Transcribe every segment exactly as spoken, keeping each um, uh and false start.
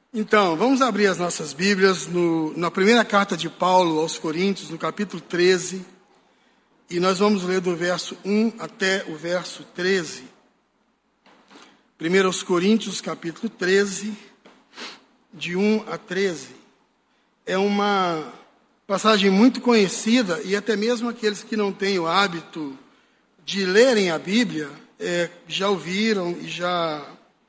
Então, vamos abrir as nossas Bíblias no, na primeira carta de Paulo aos Coríntios, no capítulo treze, e nós vamos ler do verso um até o verso treze. primeiro aos Coríntios, capítulo treze, de um a treze. É uma passagem muito conhecida, e até mesmo aqueles que não têm o hábito de lerem a Bíblia, é, já ouviram e já...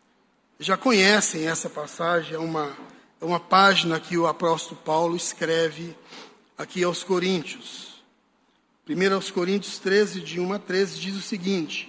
já conhecem essa passagem. É uma, é uma página que o apóstolo Paulo escreve aqui aos Coríntios. primeiro aos Coríntios treze, de um a treze, diz o seguinte: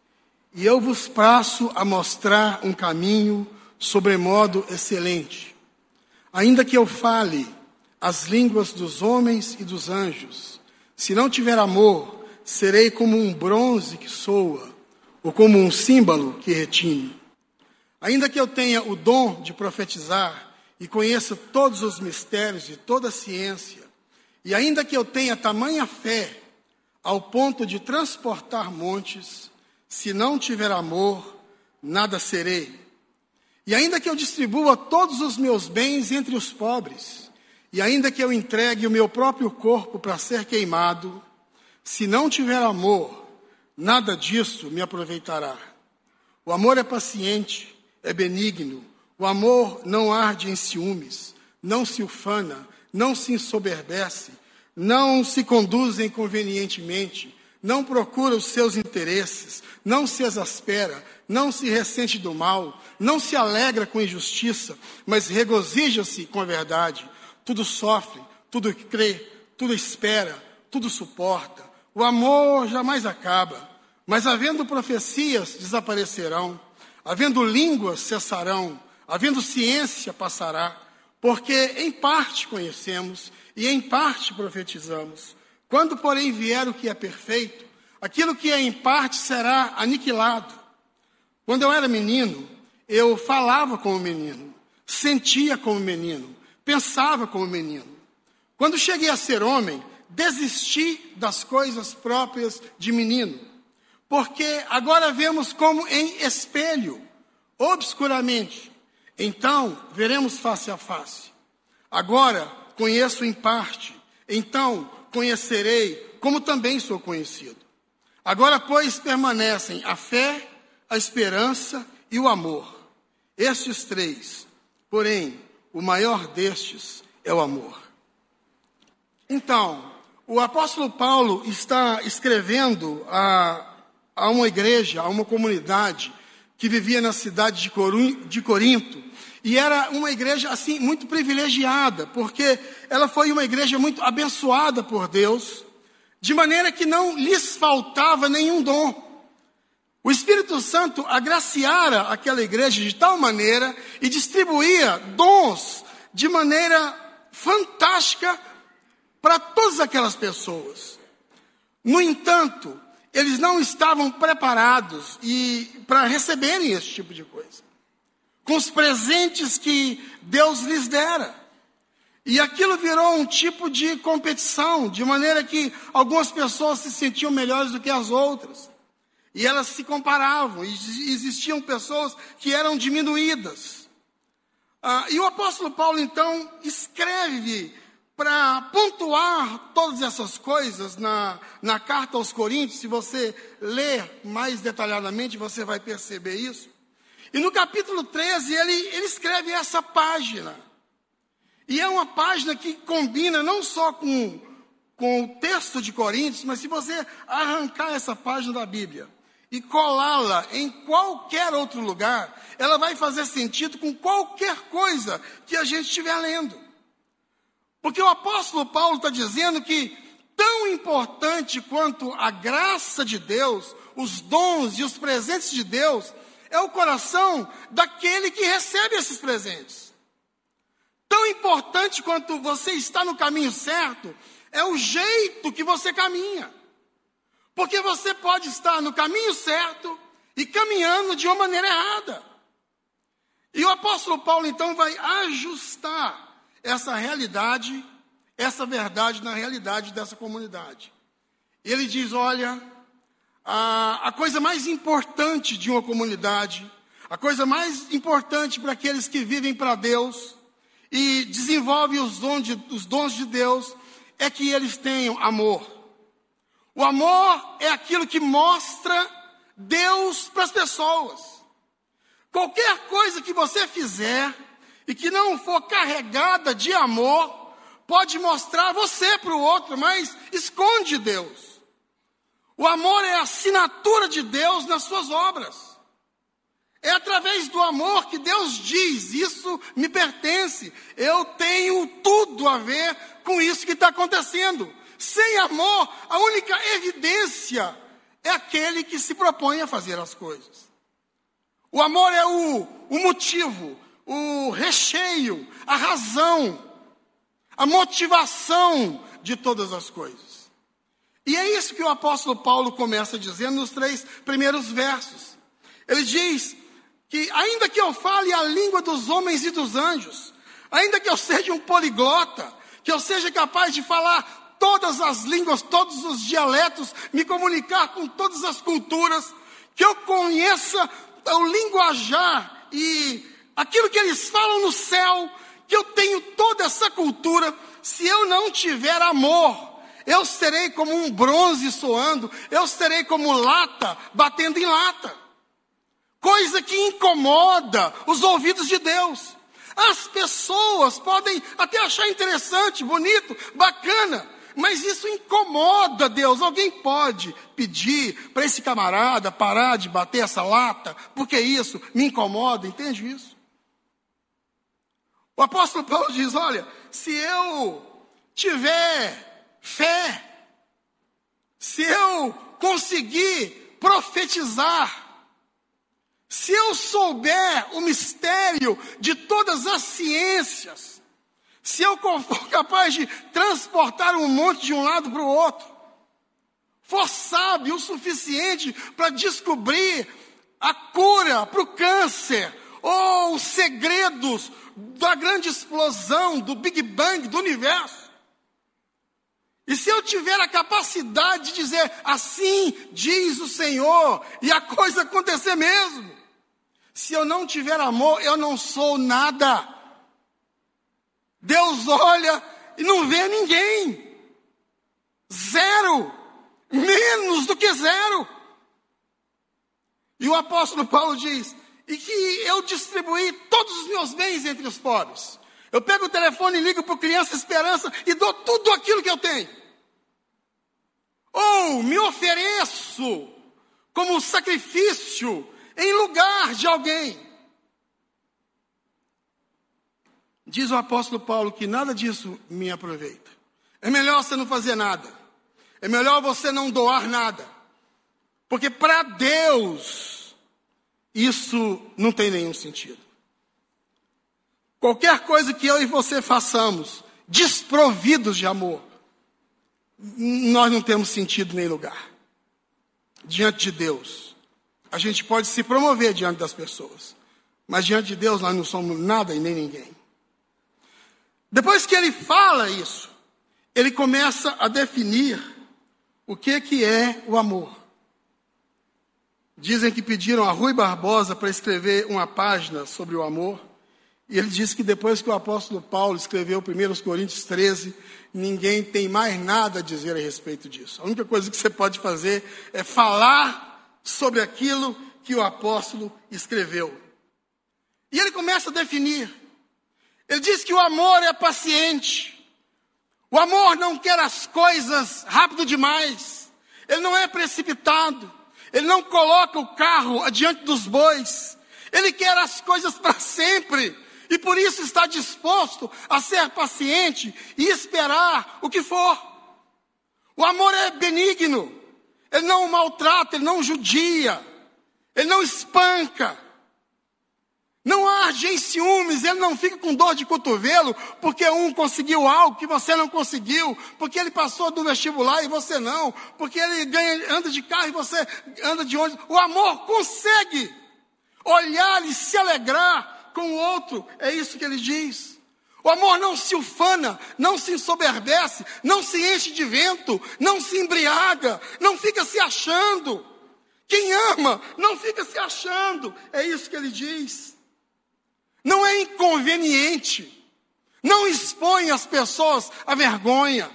E eu vos passo a mostrar um caminho sobremodo excelente. Ainda que eu fale as línguas dos homens e dos anjos, se não tiver amor, serei como um bronze que soa, ou como um símbolo que retine. Ainda que eu tenha o dom de profetizar e conheça todos os mistérios e toda a ciência, e ainda que eu tenha tamanha fé ao ponto de transportar montes, se não tiver amor, nada serei. E ainda que eu distribua todos os meus bens entre os pobres, e ainda que eu entregue o meu próprio corpo para ser queimado, se não tiver amor, nada disso me aproveitará. O amor é paciente, é benigno, o amor não arde em ciúmes, não se ufana, não se ensoberbece, não se conduz inconvenientemente, não procura os seus interesses, não se exaspera, não se ressente do mal, não se alegra com injustiça, mas regozija-se com a verdade. Tudo sofre, tudo crê, tudo espera, tudo suporta. O amor jamais acaba, mas havendo profecias, desaparecerão. Havendo línguas, cessarão. Havendo ciência, passará. Porque em parte conhecemos e em parte profetizamos. Quando, porém, vier o que é perfeito, aquilo que é em parte será aniquilado. Quando eu era menino, eu falava como menino, sentia como menino, pensava como menino. Quando cheguei a ser homem, desisti das coisas próprias de menino. Porque agora vemos como em espelho, obscuramente. Então, veremos face a face. Agora, conheço em parte. Então, conhecerei como também sou conhecido. Agora, pois, permanecem a fé, a esperança e o amor. Estes três. Porém, o maior destes é o amor. Então, o apóstolo Paulo está escrevendo a... a uma igreja, a uma comunidade que vivia na cidade de Corinto, e era uma igreja assim muito privilegiada, porque ela foi uma igreja muito abençoada por Deus, de maneira que não lhes faltava nenhum dom. O Espírito Santo agraciara aquela igreja de tal maneira e distribuía dons de maneira fantástica para todas aquelas pessoas. No entanto, eles não estavam preparados e para receberem esse tipo de coisa, com os presentes que Deus lhes dera. E aquilo virou um tipo de competição, de maneira que algumas pessoas se sentiam melhores do que as outras. E elas se comparavam, e existiam pessoas que eram diminuídas. Ah, e o apóstolo Paulo, então, escreve para pontuar todas essas coisas na, na carta aos Coríntios. Se você ler mais detalhadamente, você vai perceber isso. E no capítulo treze, ele, ele escreve essa página. E é uma página que combina não só com, com o texto de Coríntios, mas se você arrancar essa página da Bíblia e colá-la em qualquer outro lugar, ela vai fazer sentido com qualquer coisa que a gente estiver lendo. Porque o apóstolo Paulo está dizendo que tão importante quanto a graça de Deus, os dons e os presentes de Deus, é o coração daquele que recebe esses presentes. Tão importante quanto você está no caminho certo, é o jeito que você caminha. Porque você pode estar no caminho certo e caminhando de uma maneira errada. E o apóstolo Paulo, então, vai ajustar essa realidade, essa verdade na realidade dessa comunidade. Ele diz, olha, a, a coisa mais importante de uma comunidade, A coisa mais importante para aqueles que vivem para Deus e desenvolvem os dons, de, os dons de Deus é que eles tenham amor. O amor é aquilo que mostra Deus para as pessoas. Qualquer coisa que você fizer e que não for carregada de amor, pode mostrar você para o outro, mas esconde Deus. O amor é a assinatura de Deus nas suas obras. É através do amor que Deus diz, isso me pertence. Eu tenho tudo a ver com isso que está acontecendo. Sem amor, a única evidência é aquele que se propõe a fazer as coisas. O amor é o, o motivo, o recheio, a razão, a motivação de todas as coisas. E é isso que o apóstolo Paulo começa dizendo nos três primeiros versos. Ele diz que ainda que eu fale a língua dos homens e dos anjos, ainda que eu seja um poliglota, que eu seja capaz de falar todas as línguas, todos os dialetos, me comunicar com todas as culturas, que eu conheça o linguajar e aquilo que eles falam no céu, que eu tenho toda essa cultura, se eu não tiver amor, eu serei como um bronze soando, eu serei como lata batendo em lata. Coisa que incomoda os ouvidos de Deus. As pessoas podem até achar interessante, bonito, bacana, mas isso incomoda Deus. Alguém pode pedir para esse camarada parar de bater essa lata, porque isso me incomoda, entende isso? O apóstolo Paulo diz, olha, se eu tiver fé, se eu conseguir profetizar, se eu souber o mistério de todas as ciências, se eu for capaz de transportar um monte de um lado para o outro, for sábio o suficiente para descobrir a cura para o câncer, ou os segredos da grande explosão, do Big Bang, do universo, e se eu tiver a capacidade de dizer, assim diz o Senhor, e a coisa acontecer mesmo, se eu não tiver amor, eu não sou nada. Deus olha e não vê ninguém. Zero. Menos do que zero. E o apóstolo Paulo diz, e que eu distribuí todos os meus bens entre os pobres. Eu pego o telefone e ligo para o Criança Esperança e dou tudo aquilo que eu tenho. Ou me ofereço como sacrifício em lugar de alguém. Diz o apóstolo Paulo que nada disso me aproveita. É melhor você não fazer nada. É melhor você não doar nada. Porque para Deus, isso não tem nenhum sentido. Qualquer coisa que eu e você façamos, desprovidos de amor, nós não temos sentido nem lugar. Diante de Deus, a gente pode se promover diante das pessoas, mas diante de Deus nós não somos nada e nem ninguém. Depois que ele fala isso, ele começa a definir o que, que é o amor. Dizem que pediram a Rui Barbosa para escrever uma página sobre o amor. E ele disse que depois que o apóstolo Paulo escreveu primeiro Coríntios treze, ninguém tem mais nada a dizer a respeito disso. A única coisa que você pode fazer é falar sobre aquilo que o apóstolo escreveu. E ele começa a definir. Ele diz que o amor é paciente. O amor não quer as coisas rápido demais. Ele não é precipitado. Ele não coloca o carro adiante dos bois. Ele quer as coisas para sempre. E por isso está disposto a ser paciente e esperar o que for. O amor é benigno. Ele não maltrata, ele não judia. Ele não espanca. Não arde em ciúmes, ele não fica com dor de cotovelo, porque um conseguiu algo que você não conseguiu, porque ele passou do vestibular e você não, porque ele ganha, anda de carro e você anda de ônibus. O amor consegue olhar e se alegrar com o outro, é isso que ele diz. O amor não se ufana, não se ensoberbece, não se enche de vento, não se embriaga, não fica se achando Quem ama não fica se achando. É isso que ele diz. Não é inconveniente. Não expõe as pessoas à vergonha.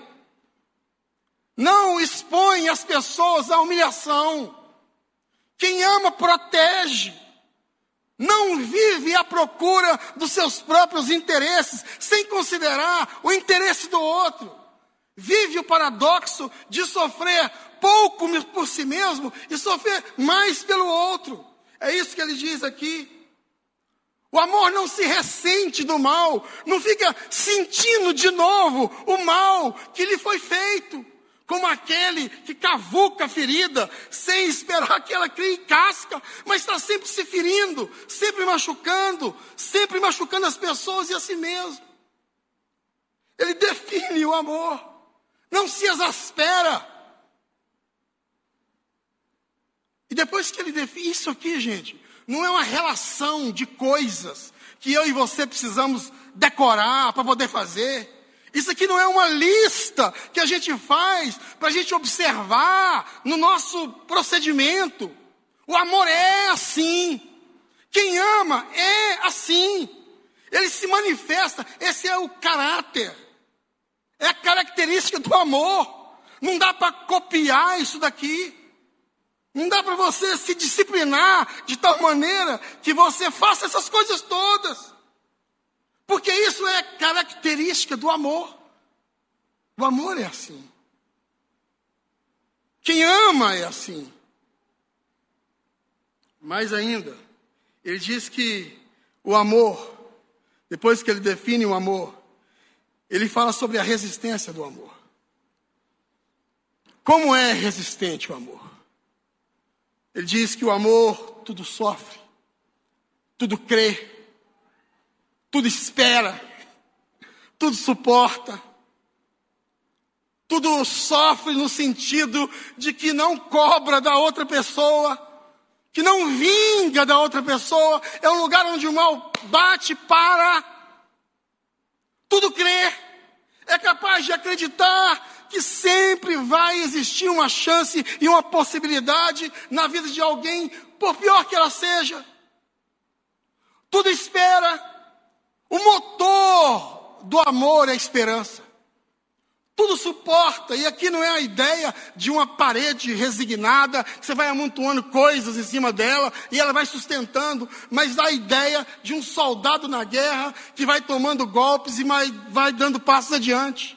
Não expõe as pessoas à humilhação. Quem ama protege. Não vive à procura dos seus próprios interesses, sem considerar o interesse do outro. Vive o paradoxo de sofrer pouco por si mesmo e sofrer mais pelo outro. É isso que ele diz aqui. O amor não se ressente do mal, não fica sentindo de novo o mal que lhe foi feito. Como aquele que cavuca a ferida, sem esperar que ela crie casca, mas está sempre se ferindo, sempre machucando, sempre machucando as pessoas e a si mesmo. Ele define o amor, não se exaspera. E depois que ele define, isso aqui, gente, não é uma relação de coisas que eu e você precisamos decorar para poder fazer. Isso aqui não é uma lista que a gente faz para a gente observar no nosso procedimento. O amor é assim. Quem ama é assim. Ele se manifesta. Esse é o caráter. É a característica do amor. Não dá para copiar isso daqui. Não dá para você se disciplinar de tal maneira que você faça essas coisas todas. Porque isso é característica do amor. O amor é assim. Quem ama é assim. Mais ainda, ele diz que o amor, depois que ele define o amor, ele fala sobre a resistência do amor. Como é resistente o amor? Ele diz que o amor tudo sofre, tudo crê, tudo espera, tudo suporta, tudo sofre no sentido de que não cobra da outra pessoa, que não vinga da outra pessoa. É um lugar onde o mal bate, para, tudo crê, é capaz de acreditar que sempre vai existir uma chance e uma possibilidade na vida de alguém, por pior que ela seja. Tudo espera. O motor do amor é a esperança. Tudo suporta. E aqui não é a ideia de uma parede resignada, que você vai amontoando coisas em cima dela e ela vai sustentando, mas a ideia de um soldado na guerra que vai tomando golpes e vai, vai dando passos adiante.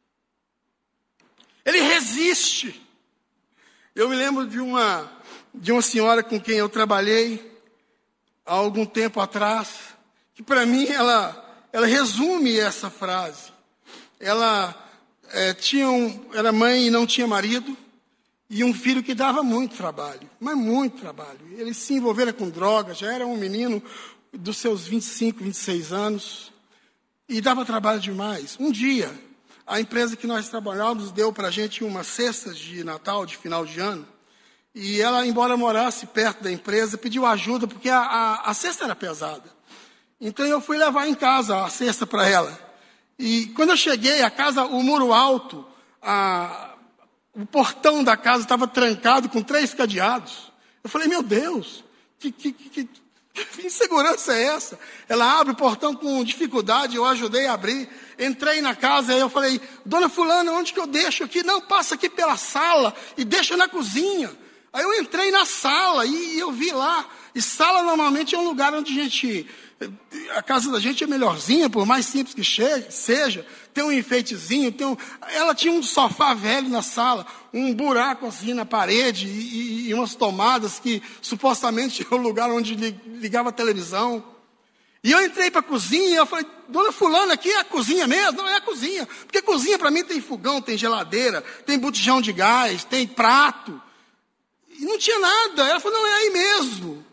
Ele resiste. Eu me lembro de uma, de uma senhora com quem eu trabalhei há algum tempo atrás, que para mim ela, ela resume essa frase. Ela é, tinha um, era mãe e não tinha marido, e um filho que dava muito trabalho, mas muito trabalho. Ele se envolvera com drogas, já era um menino dos seus vinte e cinco, vinte e seis anos, e dava trabalho demais. Um dia, a empresa que nós trabalhávamos deu para a gente umas cestas de Natal, de final de ano, e ela, embora morasse perto da empresa, pediu ajuda, porque a, a, a cesta era pesada. Então eu fui levar em casa a cesta para ela. E quando eu cheguei, a casa, o muro alto, a, o portão da casa estava trancado com três cadeados. Eu falei, meu Deus, que, que, que, que insegurança é essa? Ela abre o portão com dificuldade, eu ajudei a abrir. Entrei na casa e eu falei, dona fulana, onde que eu deixo aqui? Não, passa aqui pela sala e deixa na cozinha. Aí eu entrei na sala e eu vi lá. E sala normalmente é um lugar onde a gente... A casa da gente é melhorzinha, por mais simples que chegue, seja. Tem um enfeitezinho, tem um... Ela tinha um sofá velho na sala, um buraco assim na parede e, e umas tomadas que supostamente é o lugar onde ligava a televisão. E eu entrei para a cozinha e eu falei, dona fulana, aqui é a cozinha mesmo? Não, é a cozinha. Porque cozinha para mim tem fogão, tem geladeira, tem botijão de gás, tem prato. E não tinha nada. Ela falou, não, é aí mesmo.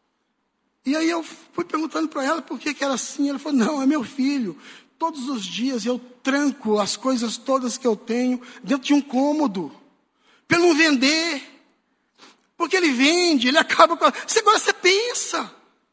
E aí eu fui perguntando para ela por que, que era assim. Ela falou, não, é meu filho. Todos os dias eu tranco as coisas todas que eu tenho dentro de um cômodo. Para não vender. Porque ele vende, ele acaba com... Você, agora você pensa.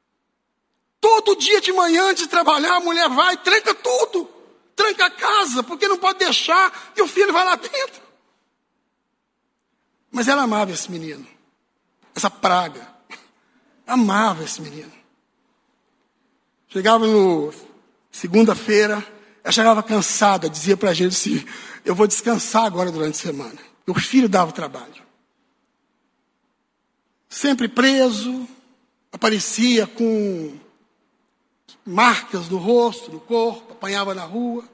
Todo dia de manhã, antes de trabalhar, a mulher vai, tranca tudo. Tranca a casa, porque não pode deixar que o filho vá lá dentro. Mas ela amava esse menino. essa praga. Amava esse menino. Chegava no segunda-feira, ela chegava cansada, dizia para a gente assim, eu vou descansar agora durante a semana. O filho dava trabalho. Sempre preso, aparecia com marcas no rosto, no corpo, apanhava na rua.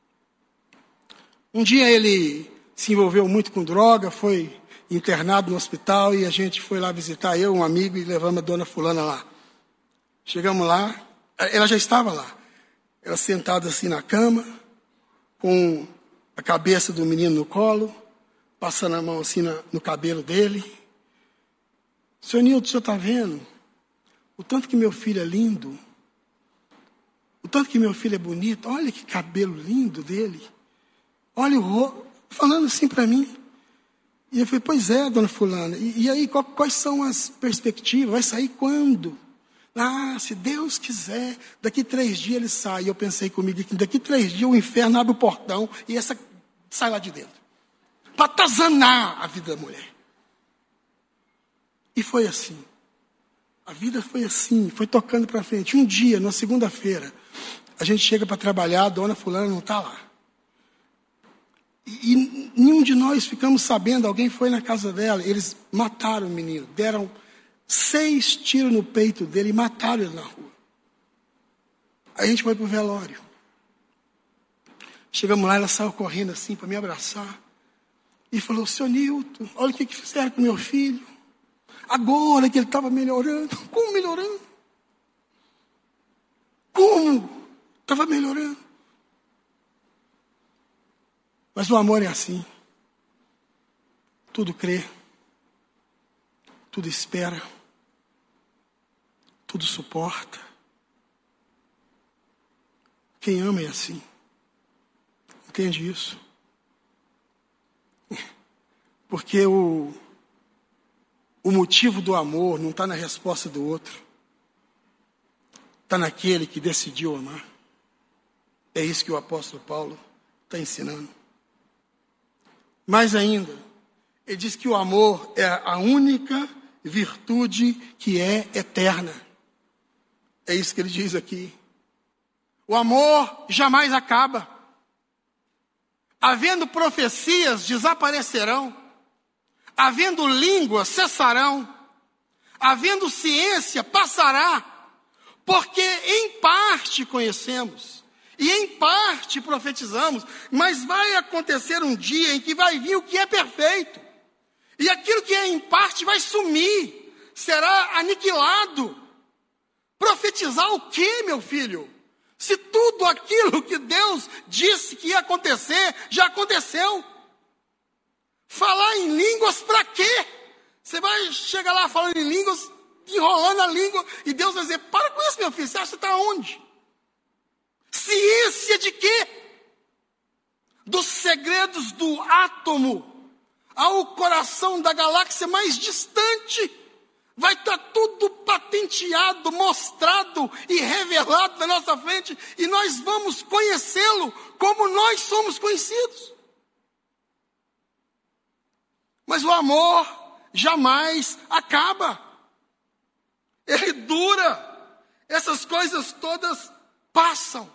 Um dia ele se envolveu muito com droga, foi internado no hospital e a gente foi lá visitar, eu, um amigo, e levamos a dona fulana lá. Chegamos lá, ela já estava lá. Ela sentada assim na cama, com a cabeça do menino no colo, passando a mão assim na, no cabelo dele. Senhor Nilton, o senhor está vendo? O tanto que meu filho é lindo. O tanto que meu filho é bonito. Olha que cabelo lindo dele. Olha o rosto. Falando assim para mim. E eu falei, pois é, dona fulana. E, e aí, qual, quais são as perspectivas? Vai sair quando? Ah, se Deus quiser, daqui três dias ele sai. E eu pensei comigo que daqui três dias o inferno abre o portão e essa sai lá de dentro. Para atazanar a vida da mulher. E foi assim. A vida foi assim, foi tocando para frente. Um dia, na segunda-feira, a gente chega para trabalhar, a dona fulana não está lá. E, e nenhum de nós ficamos sabendo, alguém foi na casa dela, eles mataram o menino, deram seis tiros no peito dele e mataram ele na rua. Aí a gente foi para o velório. Chegamos lá, ela saiu correndo assim para me abraçar. E falou, seu Nilton, olha o que, que fizeram com meu filho. Agora que ele estava melhorando. Como melhorando? Como? Estava melhorando. Mas o amor é assim. Tudo crê. Tudo espera. Tudo suporta. Quem ama é assim. Entende isso? Porque o, o motivo do amor não está na resposta do outro. Está naquele que decidiu amar. É isso que o apóstolo Paulo está ensinando. Mais ainda, ele diz que o amor é a única virtude que é eterna. É isso que ele diz aqui. O amor jamais acaba. Havendo profecias, desaparecerão. Havendo línguas, cessarão. Havendo ciência, passará. Porque em parte conhecemos. E em parte profetizamos. Mas vai acontecer um dia em que vai vir o que é perfeito. E aquilo que é em parte vai sumir. Será aniquilado. Profetizar o quê, meu filho? Se tudo aquilo que Deus disse que ia acontecer, já aconteceu. Falar em línguas para quê? Você vai chegar lá falando em línguas, enrolando a língua, e Deus vai dizer, para com isso, meu filho, você acha que está onde? Ciência de quê? Dos segredos do átomo ao coração da galáxia mais distante. Vai estar tudo patenteado, mostrado e revelado na nossa frente. E nós vamos conhecê-lo como nós somos conhecidos. Mas o amor jamais acaba. Ele dura. Essas coisas todas passam.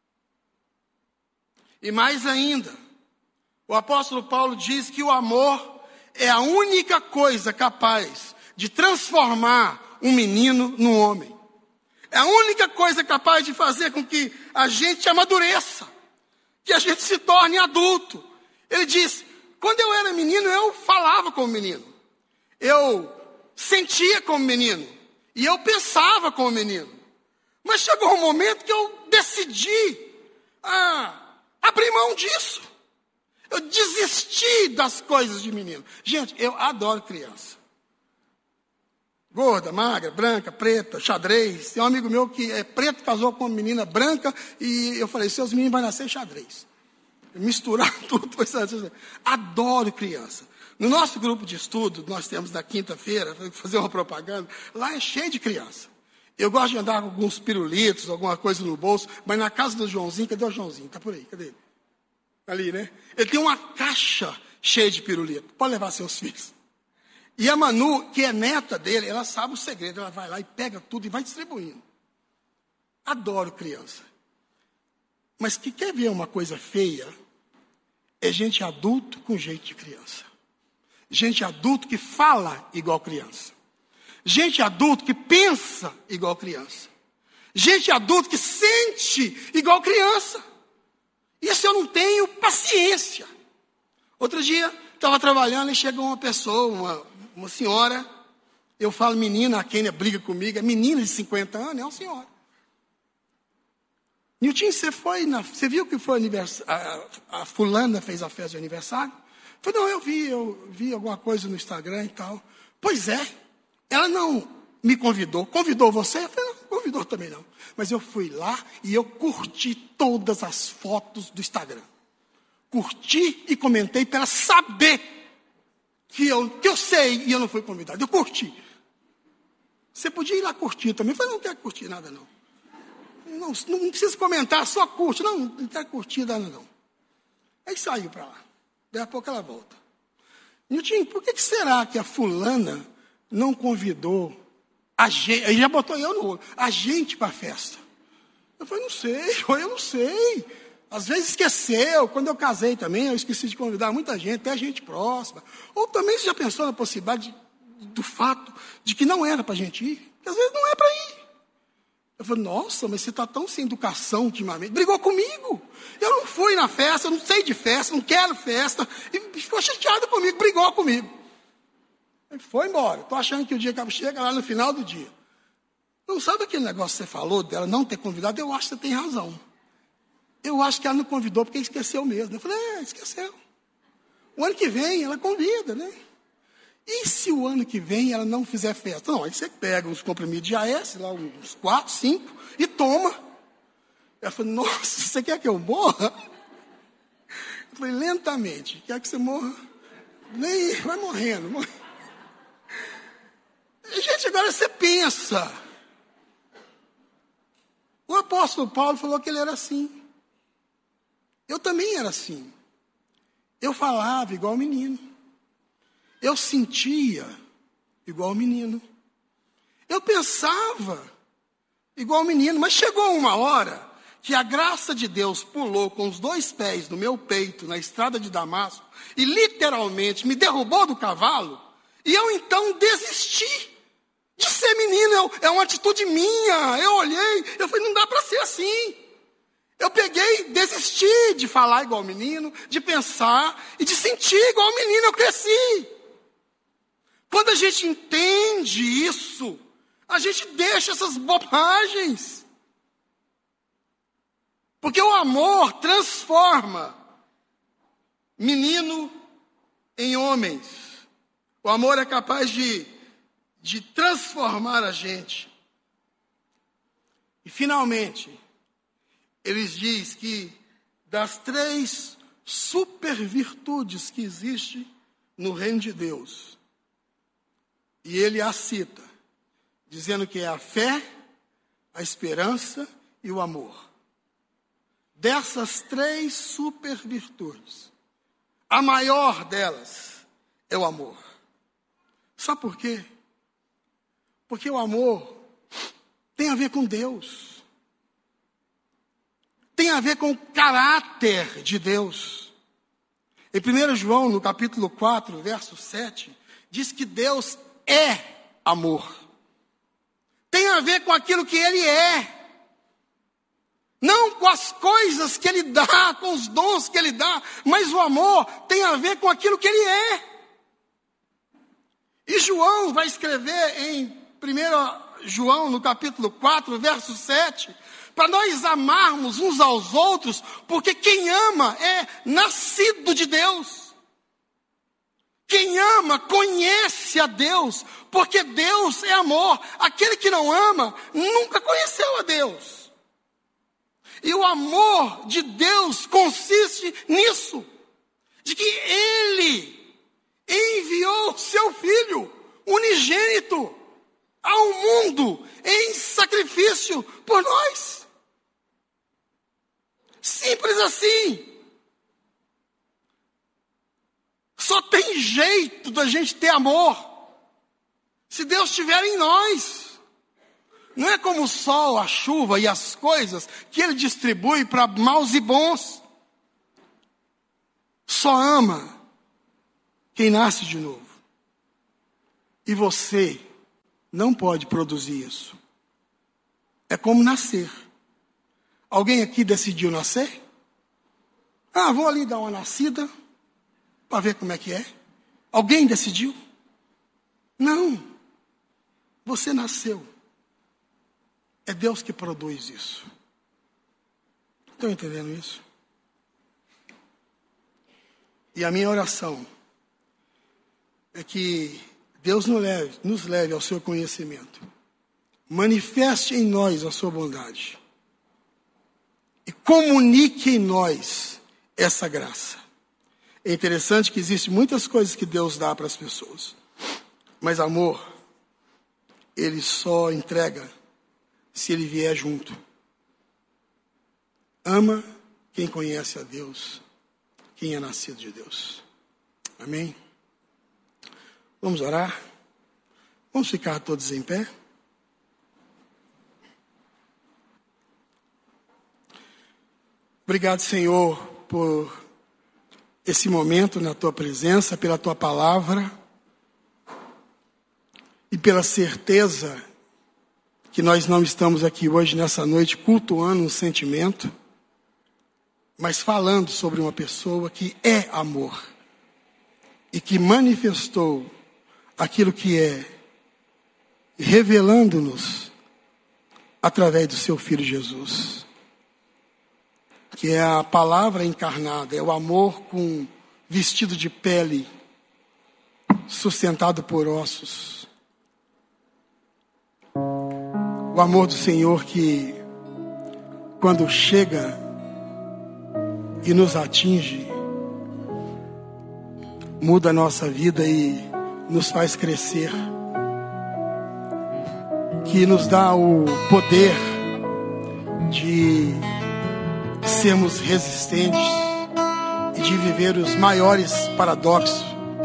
E mais ainda, o apóstolo Paulo diz que o amor é a única coisa capaz de transformar um menino num homem. É a única coisa capaz de fazer com que a gente amadureça, que a gente se torne adulto. Ele diz, quando eu era menino, eu falava como menino. Eu sentia como menino. E eu pensava como menino. Mas chegou um momento que eu decidi ah, abrir mão disso. Eu desisti das coisas de menino. Gente, eu adoro criança. Gorda, magra, branca, preta, xadrez. Tem um amigo meu que é preto, casou com uma menina branca. E eu falei, seus meninos vão nascer xadrez. Misturar tudo. Adoro criança. No nosso grupo de estudo, nós temos na quinta-feira, fazer uma propaganda, lá é cheio de criança. Eu gosto de andar com alguns pirulitos, alguma coisa no bolso, mas na casa do Joãozinho, cadê o Joãozinho? Está por aí, cadê ele? Ali, né? Ele tem uma caixa cheia de pirulito. Pode levar seus filhos. E a Manu, que é neta dele, ela sabe o segredo. Ela vai lá e pega tudo e vai distribuindo. Adoro criança. Mas que quer ver uma coisa feia? É gente adulto com jeito de criança. Gente adulto que fala igual criança. Gente adulto que pensa igual criança. Gente adulto que sente igual criança. Isso eu não tenho paciência. Outro dia, estava trabalhando e chegou uma pessoa, uma, uma senhora. Eu falo menina, a Kênia briga comigo. É menina de cinquenta anos, é uma senhora. Nilton, você foi na, você viu que foi aniversário, a, a fulana fez a festa de aniversário? Eu falei, não, eu vi, eu vi alguma coisa no Instagram e tal. Pois é, ela não me convidou. Convidou você? Eu falei, não, convidou também não. Mas eu fui lá e eu curti todas as fotos do Instagram. Curti e comentei para ela saber que eu, que eu sei e eu não fui convidado. Eu curti. Você podia ir lá curtir também. Eu falei, não quero curtir nada não. Não, não precisa comentar, só curte. Não, não quero curtir nada não. Aí saiu para lá. Daí a pouco ela volta. Nilton, por que, que será que a fulana não convidou a gente? Aí já botou eu no olho. A gente para a festa. Eu falei, não sei, eu não sei. Às vezes esqueceu. Quando eu casei também, eu esqueci de convidar muita gente, até gente próxima. Ou também você já pensou na possibilidade de, do fato de que não era para a gente ir? Que às vezes não é para ir. Eu falei, nossa, mas você está tão sem educação ultimamente. Brigou comigo. Eu não fui na festa, eu não sei de festa, não quero festa. E ficou chateado comigo, brigou comigo. Ele foi embora. Estou achando que o dia que chega lá no final do dia. Não sabe aquele negócio que você falou dela não ter convidado? Eu acho que você tem razão. Eu acho que ela não convidou porque esqueceu mesmo. Eu falei, é, esqueceu. O ano que vem ela convida, né? E se o ano que vem ela não fizer festa? Não, aí você pega uns comprimidos de A S, lá uns quatro, cinco, e toma. Ela falou, nossa, você quer que eu morra? Eu falei, lentamente, quer que você morra? Nem, vai morrendo. Morre. Gente, agora você pensa. O apóstolo Paulo falou que ele era assim. Eu também era assim. Eu falava igual menino. Eu sentia igual menino. Eu pensava igual menino. Mas chegou uma hora que a graça de Deus pulou com os dois pés no meu peito, na estrada de Damasco, e literalmente me derrubou do cavalo. E eu então desisti de ser menino. Eu, é uma atitude minha. Eu olhei, eu falei, não dá para ser assim. Eu peguei, desisti de falar igual menino, de pensar e de sentir igual menino. Eu cresci. Quando a gente entende isso, a gente deixa essas bobagens. Porque o amor transforma menino em homens. O amor é capaz de, de transformar a gente. E finalmente, eles diz que das três super virtudes que existem no reino de Deus, e ele a cita, dizendo que é a fé, a esperança e o amor. Dessas três super virtudes, a maior delas é o amor. Sabe por quê? Porque o amor tem a ver com Deus. Tem a ver com o caráter de Deus. Em primeiro João, no capítulo quatro, verso sete, diz que Deus é amor. Tem a ver com aquilo que Ele é. Não com as coisas que Ele dá, com os dons que Ele dá, mas o amor tem a ver com aquilo que Ele é. E João vai escrever em primeiro João, no capítulo quatro, verso sete, para nós amarmos uns aos outros, porque quem ama é nascido de Deus. Quem ama conhece a Deus, porque Deus é amor. Aquele que não ama nunca conheceu a Deus. E o amor de Deus consiste nisso, de que Ele enviou seu Filho unigênito ao mundo em sacrifício por nós. Simples assim. Só tem jeito da gente ter amor Se Deus estiver em nós. Não é como o sol, a chuva e as coisas que Ele distribui para maus e bons. Só ama quem nasce de novo. E você não pode produzir isso. É como nascer. Alguém aqui decidiu nascer? Ah, vou ali dar uma nascida para ver como é que é. Alguém decidiu? Não. Você nasceu. É Deus que produz isso. Estão entendendo isso? E a minha oração é que Deus nos leve, nos leve ao seu conhecimento. Manifeste em nós a sua bondade. E comunique em nós essa graça. É interessante que existem muitas coisas que Deus dá para as pessoas. Mas amor, Ele só entrega se Ele vier junto. Ama quem conhece a Deus, quem é nascido de Deus. Amém? Vamos orar? Vamos ficar todos em pé? Obrigado, Senhor, por esse momento na Tua presença, pela Tua palavra e pela certeza que nós não estamos aqui hoje, nessa noite, cultuando um sentimento, mas falando sobre uma pessoa que é amor e que manifestou aquilo que é, revelando-nos através do seu Filho Jesus, que é a palavra encarnada, é o amor com vestido de pele, sustentado por ossos. O amor do Senhor que, quando chega e nos atinge, muda a nossa vida e nos faz crescer, que nos dá o poder de sermos resistentes e de viver os maiores paradoxos,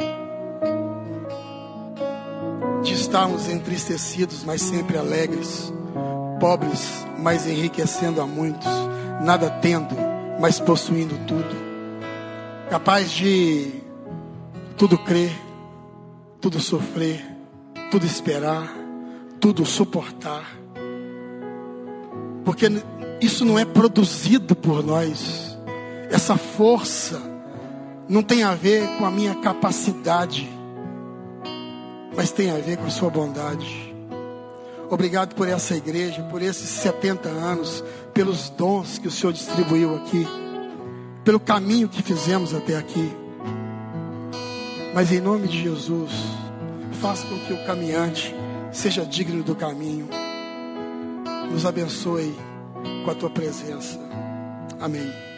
de estarmos entristecidos, mas sempre alegres, pobres, mas enriquecendo a muitos, nada tendo, mas possuindo tudo, capaz de tudo crer, tudo sofrer, tudo esperar, tudo suportar, porque isso não é produzido por nós. Essa força não tem a ver com a minha capacidade, mas tem a ver com a sua bondade. Obrigado por essa igreja, por esses setenta anos, pelos dons que o Senhor distribuiu aqui, pelo caminho que fizemos até aqui. Mas em nome de Jesus, faça com que o caminhante seja digno do caminho. Nos abençoe com a tua presença. Amém.